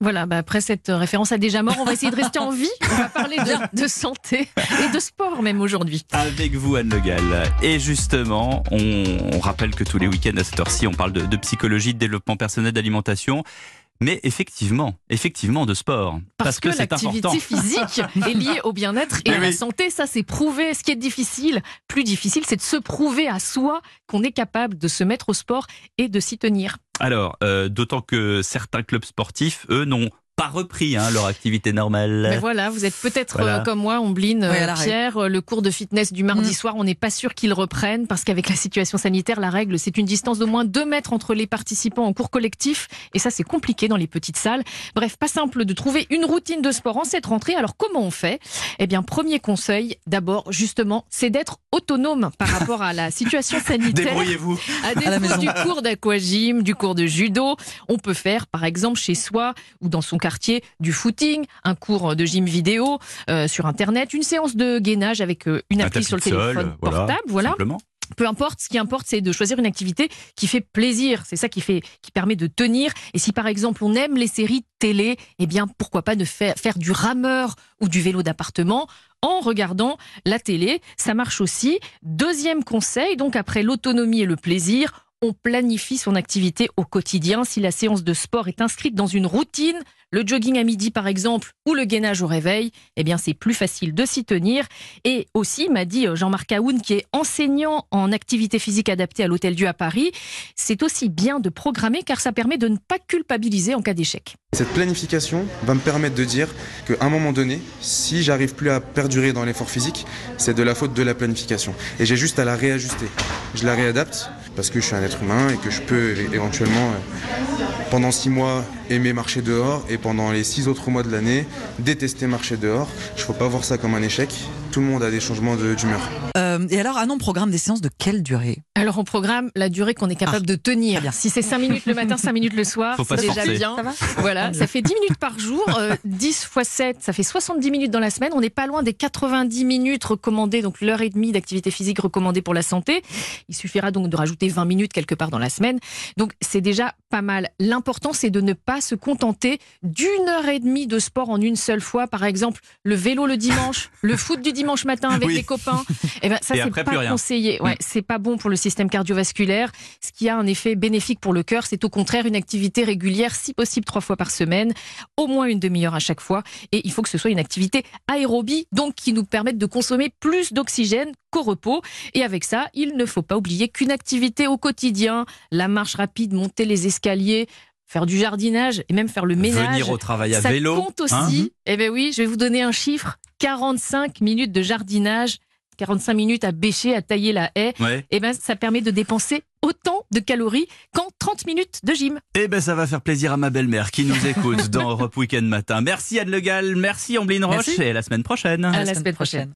Voilà, après cette référence à Déjà mort, on va essayer de rester en vie. On va parler de santé et de sport même aujourd'hui. Avec vous, Anne Le Gall. Et justement, on rappelle que tous les week-ends à cette heure-ci, on parle de psychologie, de développement personnel, d'alimentation. Mais effectivement de sport. Parce que c'est important. L'activité physique est liée au bien-être et à la santé, ça c'est prouvé. Ce qui est difficile, plus difficile, c'est de se prouver à soi qu'on est capable de se mettre au sport et de s'y tenir. Alors, d'autant que certains clubs sportifs, eux, n'ont pas repris leur activité normale. Mais voilà, vous êtes peut-être comme moi, Ombline, Pierre, le cours de fitness du mardi soir, on n'est pas sûr qu'ils reprennent parce qu'avec la situation sanitaire, la règle, c'est une distance d'au moins 2 mètres entre les participants en cours collectif et ça, c'est compliqué dans les petites salles. Bref, pas simple de trouver une routine de sport en cette rentrée. Alors, comment on fait ? Eh bien, premier conseil, d'abord, justement, c'est d'être autonome par rapport à la situation sanitaire. Débrouillez-vous. À défaut du cours d'aquagym, du cours de judo, on peut faire, par exemple, chez soi ou dans son quartier, du footing, un cours de gym vidéo sur Internet, une séance de gainage avec une appli sur le téléphone portable. Voilà. Simplement. Peu importe, ce qui importe, c'est de choisir une activité qui fait plaisir. C'est ça qui permet de tenir. Et si par exemple on aime les séries télé, eh bien pourquoi pas de faire du rameur ou du vélo d'appartement en regardant la télé. Ça marche aussi. Deuxième conseil, donc après l'autonomie et le plaisir, on planifie son activité au quotidien. Si la séance de sport est inscrite dans une routine, le jogging à midi par exemple, ou le gainage au réveil, eh bien c'est plus facile de s'y tenir. Et aussi, m'a dit Jean-Marc Aoun, qui est enseignant en activité physique adaptée à l'Hôtel-Dieu à Paris, c'est aussi bien de programmer car ça permet de ne pas culpabiliser en cas d'échec. Cette planification va me permettre de dire qu'à un moment donné, si j'arrive plus à perdurer dans l'effort physique, c'est de la faute de la planification. Et j'ai juste à la réajuster. Je la réadapte parce que je suis un être humain et que je peux éventuellement, pendant 6 mois, aimer marcher dehors et pendant les 6 autres mois de l'année, détester marcher dehors. Il ne faut pas voir ça comme un échec. Tout le monde a des changements d'humeur. Et alors, on programme des séances de quelle durée ? Alors, on programme la durée qu'on est capable de tenir. Si c'est 5 minutes le matin, 5 minutes le soir, c'est déjà bien. Ça va ? Voilà, ça fait 10 minutes par jour. 10 x 7, ça fait 70 minutes dans la semaine. On n'est pas loin des 90 minutes recommandées, donc l'heure et demie d'activité physique recommandée pour la santé. Il suffira donc de rajouter 20 minutes quelque part dans la semaine. Donc, c'est déjà pas mal. L'important, c'est de ne pas se contenter d'1 heure et demie de sport en une seule fois. Par exemple, le vélo le dimanche, le foot du dimanche matin avec les copains. Eh ben, ça, c'est pas conseillé. Ouais, c'est pas bon pour le système cardiovasculaire. Ce qui a un effet bénéfique pour le cœur, c'est au contraire une activité régulière, si possible 3 fois par semaine, au moins une demi-heure à chaque fois. Et il faut que ce soit une activité aérobie, donc qui nous permette de consommer plus d'oxygène qu'au repos. Et avec ça, il ne faut pas oublier qu'une activité au quotidien, la marche rapide, monter les escaliers, faire du jardinage et même faire le ménage. Venir au travail à vélo. Ça compte aussi. Eh bien oui, je vais vous donner un chiffre. 45 minutes de jardinage, 45 minutes à bêcher, à tailler la haie. Eh ben, ça permet de dépenser autant de calories qu'en 30 minutes de gym. Eh ben, ça va faire plaisir à ma belle-mère qui nous écoute dans Europe Week-end Matin. Merci Anne Le Gall, merci Ombline Roche et à la semaine prochaine. À la semaine prochaine.